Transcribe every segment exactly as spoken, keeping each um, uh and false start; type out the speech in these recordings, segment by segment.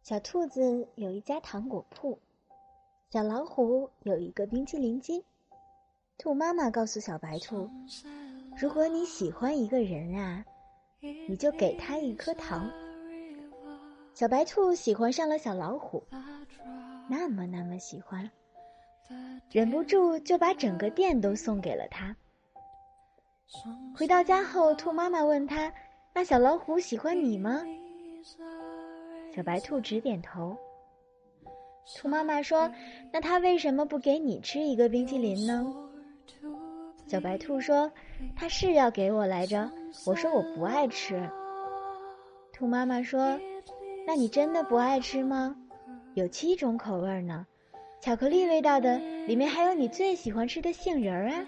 小兔子有一家糖果铺，小老虎有一个冰淇淋机。兔妈妈告诉小白兔，如果你喜欢一个人啊，你就给他一颗糖。小白兔喜欢上了小老虎，那么那么喜欢，忍不住就把整个店都送给了他。回到家后，兔妈妈问他，那小老虎喜欢你吗？小白兔直点头。兔妈妈说，那他为什么不给你吃一个冰淇淋呢？小白兔说，他是要给我来着，我说我不爱吃。兔妈妈说，那你真的不爱吃吗？有七种口味呢，巧克力味道的，里面还有你最喜欢吃的杏仁啊。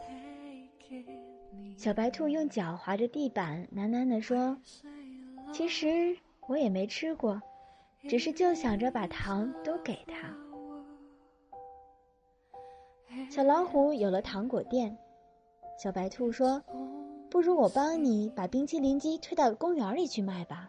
小白兔用脚划着地板，喃喃地说，其实我也没吃过，只是就想着把糖都给他。小老虎有了糖果店，小白兔说，不如我帮你把冰淇淋机推到公园里去卖吧。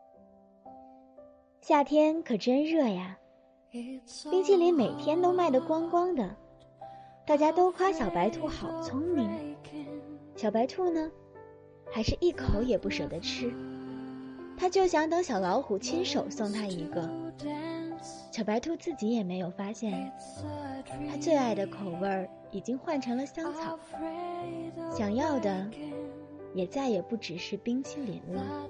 夏天可真热呀，冰淇淋每天都卖得光光的，大家都夸小白兔好聪明。小白兔呢，还是一口也不舍得吃，他就想等小老虎亲手送他一个。小白兔自己也没有发现，他最爱的口味已经换成了香草，想要的也再也不只是冰淇淋了。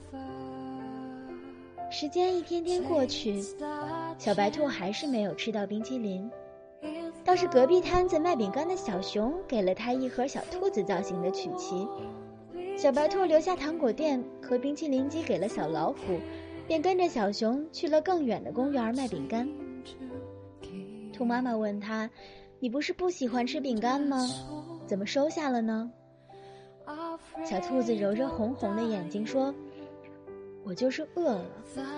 时间一天天过去，小白兔还是没有吃到冰淇淋，倒是隔壁摊子卖饼干的小熊给了他一盒小兔子造型的曲奇。小白兔留下糖果店和冰淇淋机给了小老虎，便跟着小熊去了更远的公园卖饼干。兔妈妈问他，你不是不喜欢吃饼干吗？怎么收下了呢？小兔子揉着红红的眼睛说，我就是饿了。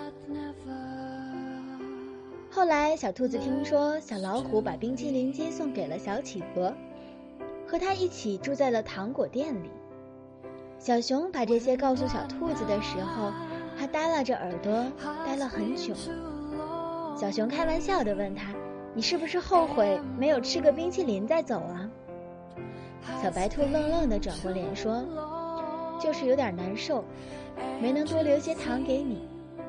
后来小兔子听说小老虎把冰淇淋机送给了小企鹅，和他一起住在了糖果店里。小熊把这些告诉小兔子的时候，他耷拉着耳朵待了很久。小熊开玩笑地问他，你是不是后悔没有吃个冰淇淋再走啊？小白兔愣愣地转过脸说，就是有点难受，没能多留些糖给你。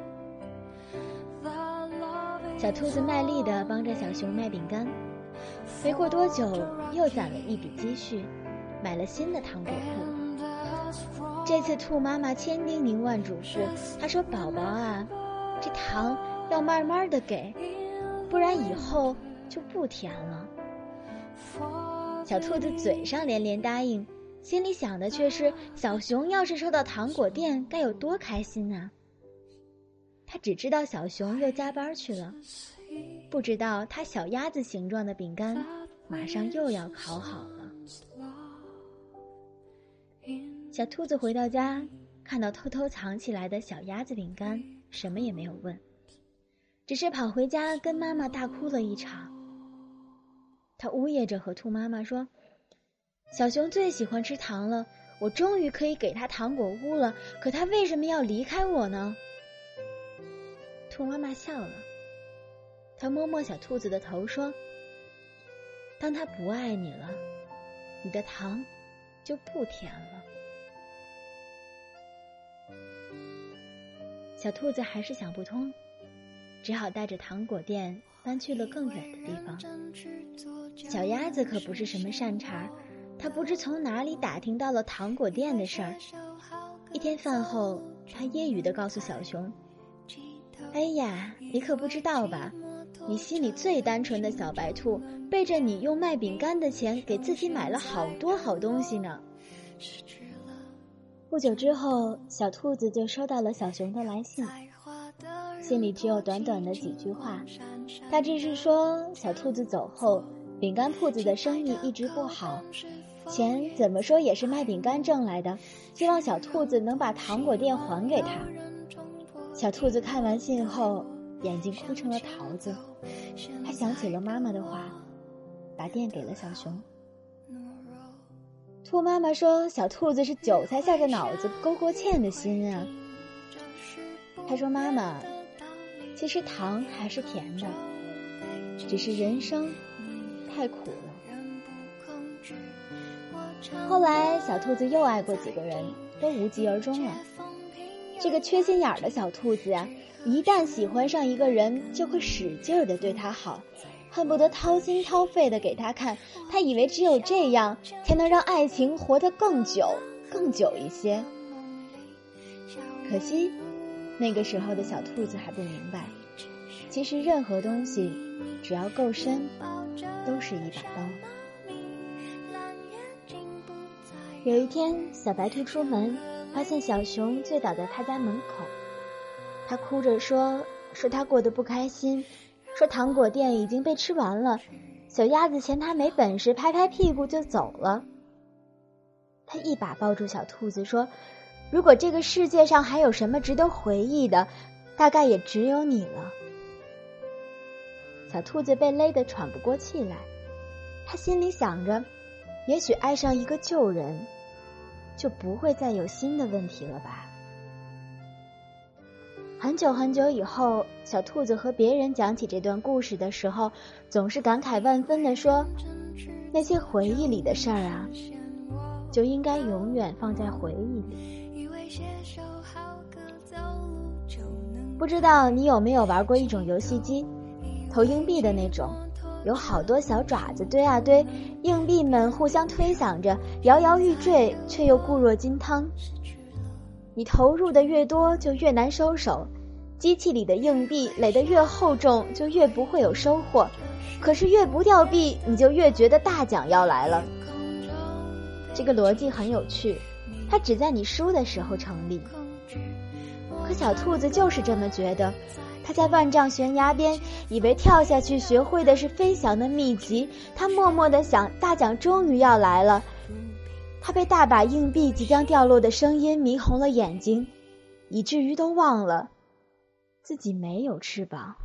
小兔子卖力地帮着小熊卖饼干，没过多久又攒了一笔积蓄，买了新的糖果铺。这次兔妈妈千叮咛万嘱咐，她说，宝宝啊，这糖要慢慢的给，不然以后就不甜了。小兔子嘴上连连答应，心里想的却是，小熊要是收到糖果店该有多开心啊。他只知道小熊又加班去了，不知道他小鸭子形状的饼干马上又要烤好了。小兔子回到家，看到偷偷藏起来的小鸭子饼干，什么也没有问，只是跑回家跟妈妈大哭了一场。他呜咽着和兔妈妈说，小熊最喜欢吃糖了，我终于可以给他糖果屋了，可他为什么要离开我呢？兔妈妈笑了，她摸摸小兔子的头说，当他不爱你了，你的糖就不甜了。小兔子还是想不通，只好带着糖果店搬去了更远的地方。小鸭子可不是什么善茬，它不知从哪里打听到了糖果店的事儿。一天饭后，它揶揄地告诉小熊，哎呀，你可不知道吧，你心里最单纯的小白兔，背着你用卖饼干的钱给自己买了好多好东西呢。不久之后，小兔子就收到了小熊的来信，信里只有短短的几句话，大致是说，小兔子走后，饼干铺子的生意一直不好，钱怎么说也是卖饼干挣来的，希望小兔子能把糖果店还给他。小兔子看完信后，眼睛哭成了桃子，他想起了妈妈的话，把店给了小熊。兔妈妈说，小兔子是韭菜馅的脑子，勾过芡的心啊。他说，妈妈， 其实糖还是甜的，只是人生太苦了。后来小兔子又爱过几个人，都无疾而终了。这个缺心眼儿的小兔子啊，一旦喜欢上一个人，就会使劲儿地对他好，恨不得掏心掏肺地给他看，他以为只有这样才能让爱情活得更久更久一些。可惜那个时候的小兔子还不明白，其实任何东西只要够深，都是一把刀。有一天，小白兔出门，发现小熊醉倒在他家门口。他哭着说说他过得不开心，说糖果店已经被吃完了，小鸭子嫌他没本事，拍拍屁股就走了。他一把抱住小兔子说，如果这个世界上还有什么值得回忆的，大概也只有你了。小兔子被勒得喘不过气来，他心里想着，也许爱上一个旧人，就不会再有新的问题了吧。很久很久以后，小兔子和别人讲起这段故事的时候，总是感慨万分地说，那些回忆里的事儿啊，就应该永远放在回忆里。不知道你有没有玩过一种游戏机，投硬币的那种，有好多小爪子堆啊堆，硬币们互相推搡着，摇摇欲坠，却又固若金汤。你投入的越多，就越难收手，机器里的硬币垒得越厚重，就越不会有收获，可是越不掉币，你就越觉得大奖要来了。这个逻辑很有趣，它只在你输的时候成立。可小兔子就是这么觉得，它在万丈悬崖边，以为跳下去学会的是飞翔的秘籍，它默默地想，大奖终于要来了。他被大把硬币即将掉落的声音迷红了眼睛，以至于都忘了自己没有翅膀。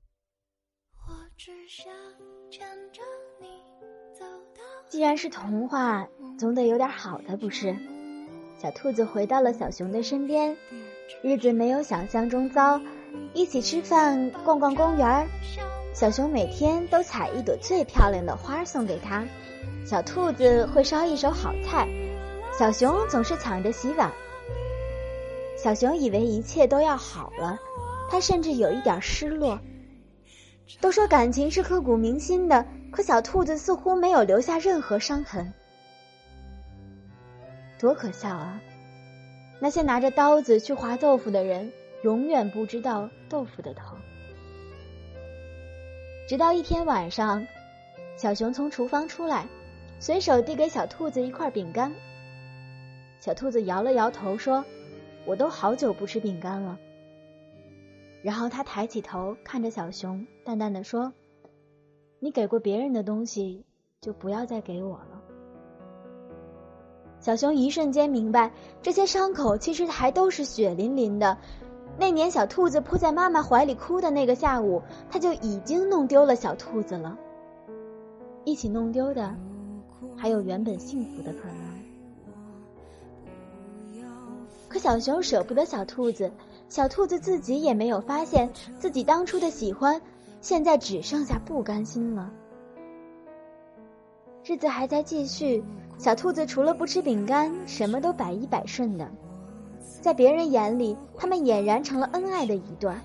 既然是童话，总得有点好的，不是？小兔子回到了小熊的身边，日子没有想象中糟，一起吃饭，逛逛公园。小熊每天都采一朵最漂亮的花送给他，小兔子会烧一手好菜，小熊总是抢着洗碗。小熊以为一切都要好了，他甚至有一点失落。都说感情是刻骨铭心的，可小兔子似乎没有留下任何伤痕。多可笑啊！那些拿着刀子去划豆腐的人，永远不知道豆腐的疼。直到一天晚上，小熊从厨房出来，随手递给小兔子一块饼干。小兔子摇了摇头说，我都好久不吃饼干了。然后他抬起头看着小熊，淡淡地说，你给过别人的东西，就不要再给我了。小熊一瞬间明白，这些伤口其实还都是血淋淋的。那年小兔子扑在妈妈怀里哭的那个下午，他就已经弄丢了小兔子了。一起弄丢的，还有原本幸福的可能。可小熊舍不得小兔子，小兔子自己也没有发现，自己当初的喜欢，现在只剩下不甘心了。日子还在继续，小兔子除了不吃饼干，什么都百依百顺的。在别人眼里，他们俨然成了恩爱的一对。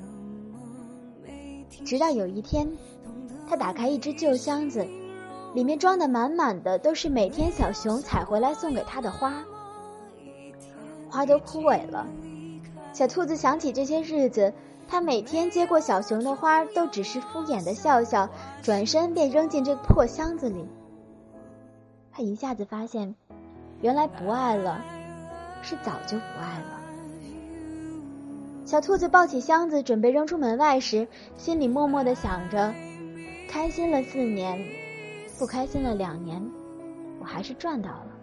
直到有一天，他打开一只旧箱子，里面装的满满的都是每天小熊采回来送给他的花。花都枯萎了，小兔子想起这些日子，他每天接过小熊的花，都只是敷衍的笑笑，转身便扔进这个破箱子里。他一下子发现，原来不爱了，是早就不爱了。小兔子抱起箱子准备扔出门外时，心里默默地想着，开心了四年，不开心了两年，我还是赚到了。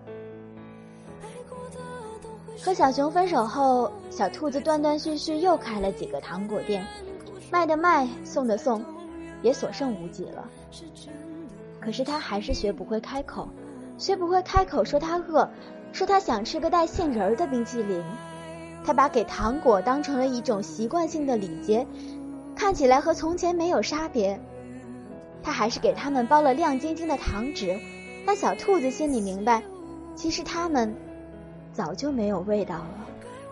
和小熊分手后，小兔子断断续续又开了几个糖果店，卖的卖，送的送，也所剩无几了。可是他还是学不会开口，学不会开口说他饿，说他想吃个带杏仁的冰淇淋。他把给糖果当成了一种习惯性的礼节， 看起来和从前没有差别。他还是给他们包了亮晶晶的糖纸，但小兔子心里明白，其实他们早就没有味道了。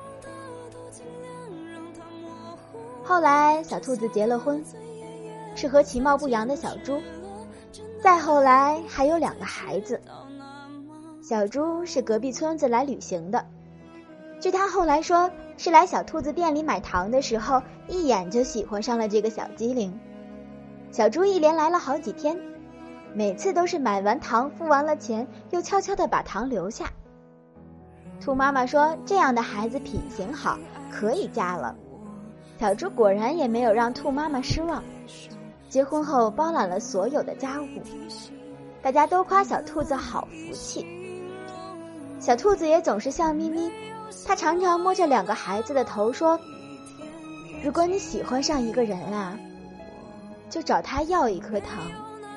后来小兔子结了婚，是和其貌不扬的小猪，再后来还有两个孩子。小猪是隔壁村子来旅行的，据他后来说，是来小兔子店里买糖的时候，一眼就喜欢上了这个小机灵。小猪一连来了好几天，每次都是买完糖付完了钱，又悄悄地把糖留下。兔妈妈说，这样的孩子品行好，可以嫁了。小猪果然也没有让兔妈妈失望，结婚后包揽了所有的家务，大家都夸小兔子好福气。小兔子也总是笑眯眯，他常常摸着两个孩子的头说，如果你喜欢上一个人啊，就找他要一颗糖。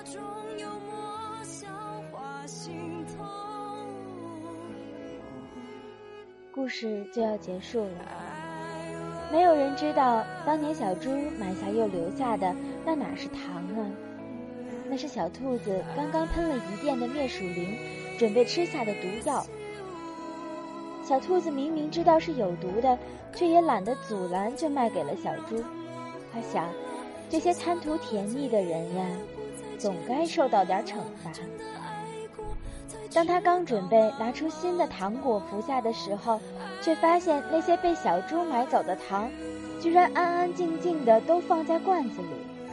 故事就要结束了，没有人知道当年小猪买下又留下的那哪是糖啊，那是小兔子刚刚喷了一遍的灭鼠灵准备吃下的毒药。小兔子明明知道是有毒的，却也懒得阻拦，就卖给了小猪。他想，这些贪图甜蜜的人呀，总该受到点惩罚。当他刚准备拿出新的糖果服下的时候，却发现那些被小猪买走的糖居然安安静静的都放在罐子里。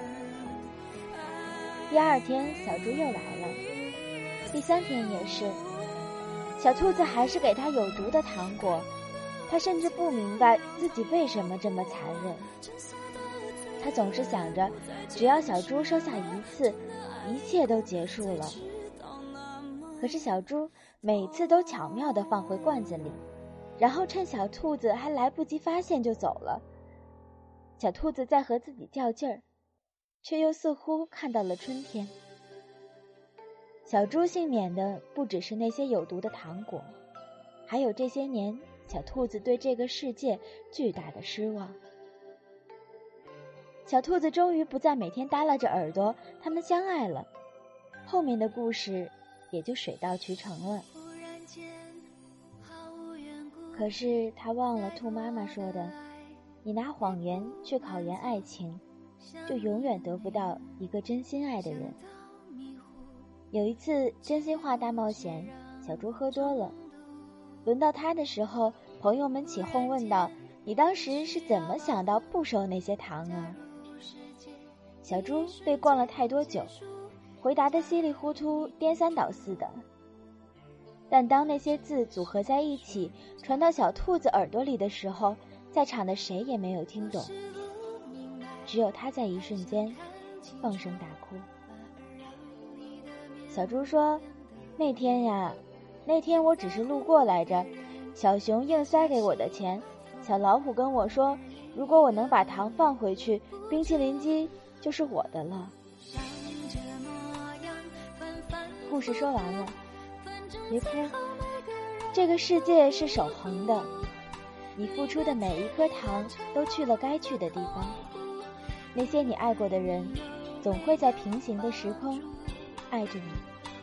第二天小猪又来了，第三天也是，小兔子还是给他有毒的糖果。他甚至不明白自己为什么这么残忍。他总是想着，只要小猪收下一次，一切都结束了。可是小猪每次都巧妙地放回罐子里，然后趁小兔子还来不及发现就走了。小兔子在和自己较劲儿，却又似乎看到了春天。小猪幸免的不只是那些有毒的糖果，还有这些年小兔子对这个世界巨大的失望。小兔子终于不再每天耷拉着耳朵，他们相爱了，后面的故事也就水到渠成了。可是他忘了兔妈妈说的，你拿谎言去考验爱情，就永远得不到一个真心爱的人。有一次真心话大冒险，小猪喝多了，轮到他的时候，朋友们起哄问道，你当时是怎么想到不收那些糖啊？小猪被灌了太多酒，回答得稀里糊涂，颠三倒四的。但当那些字组合在一起传到小兔子耳朵里的时候，在场的谁也没有听懂，只有他在一瞬间放声大哭。小猪说，那天呀，那天我只是路过来着，小熊硬塞给我的钱，小老虎跟我说，如果我能把糖放回去，冰淇淋机就是我的了。故事说完了，别哭，这个世界是守恒的，你付出的每一颗糖都去了该去的地方。那些你爱过的人，总会在平行的时空爱着你。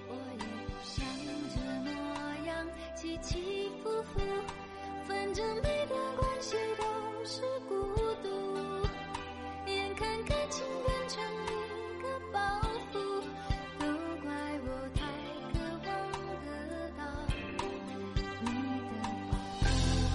起起伏伏，反正没段关系都是孤独，眼看感情变成一个包袱，都怪我太渴望得到你的保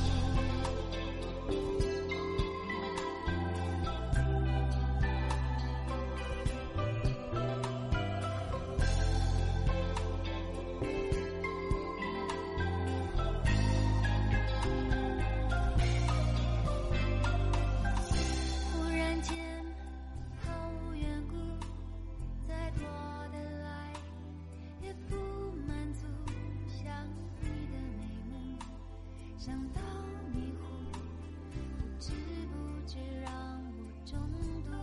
想到迷糊，不知不觉让我中毒。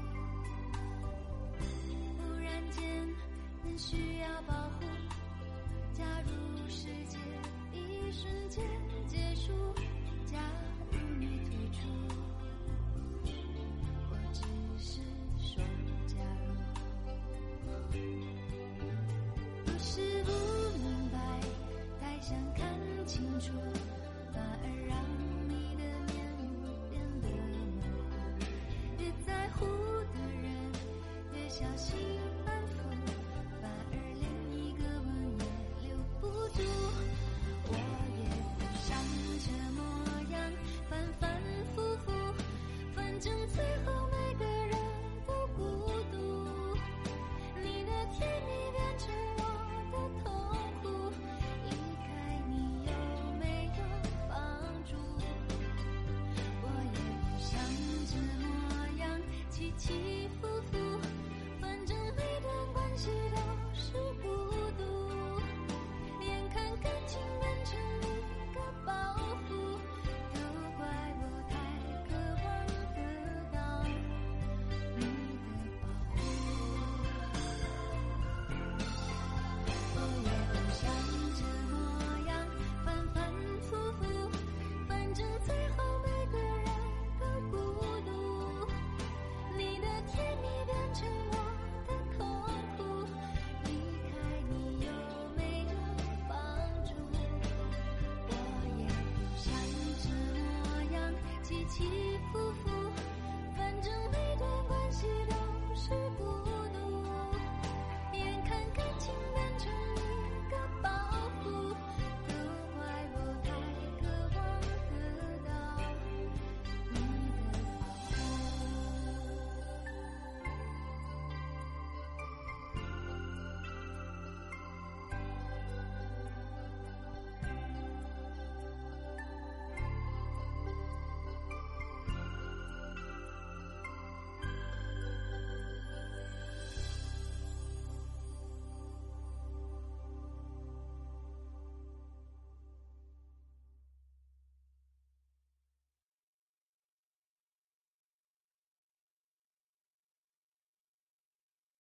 忽然间很需要保护，假如世界一瞬间结束，假如你退出，我只小心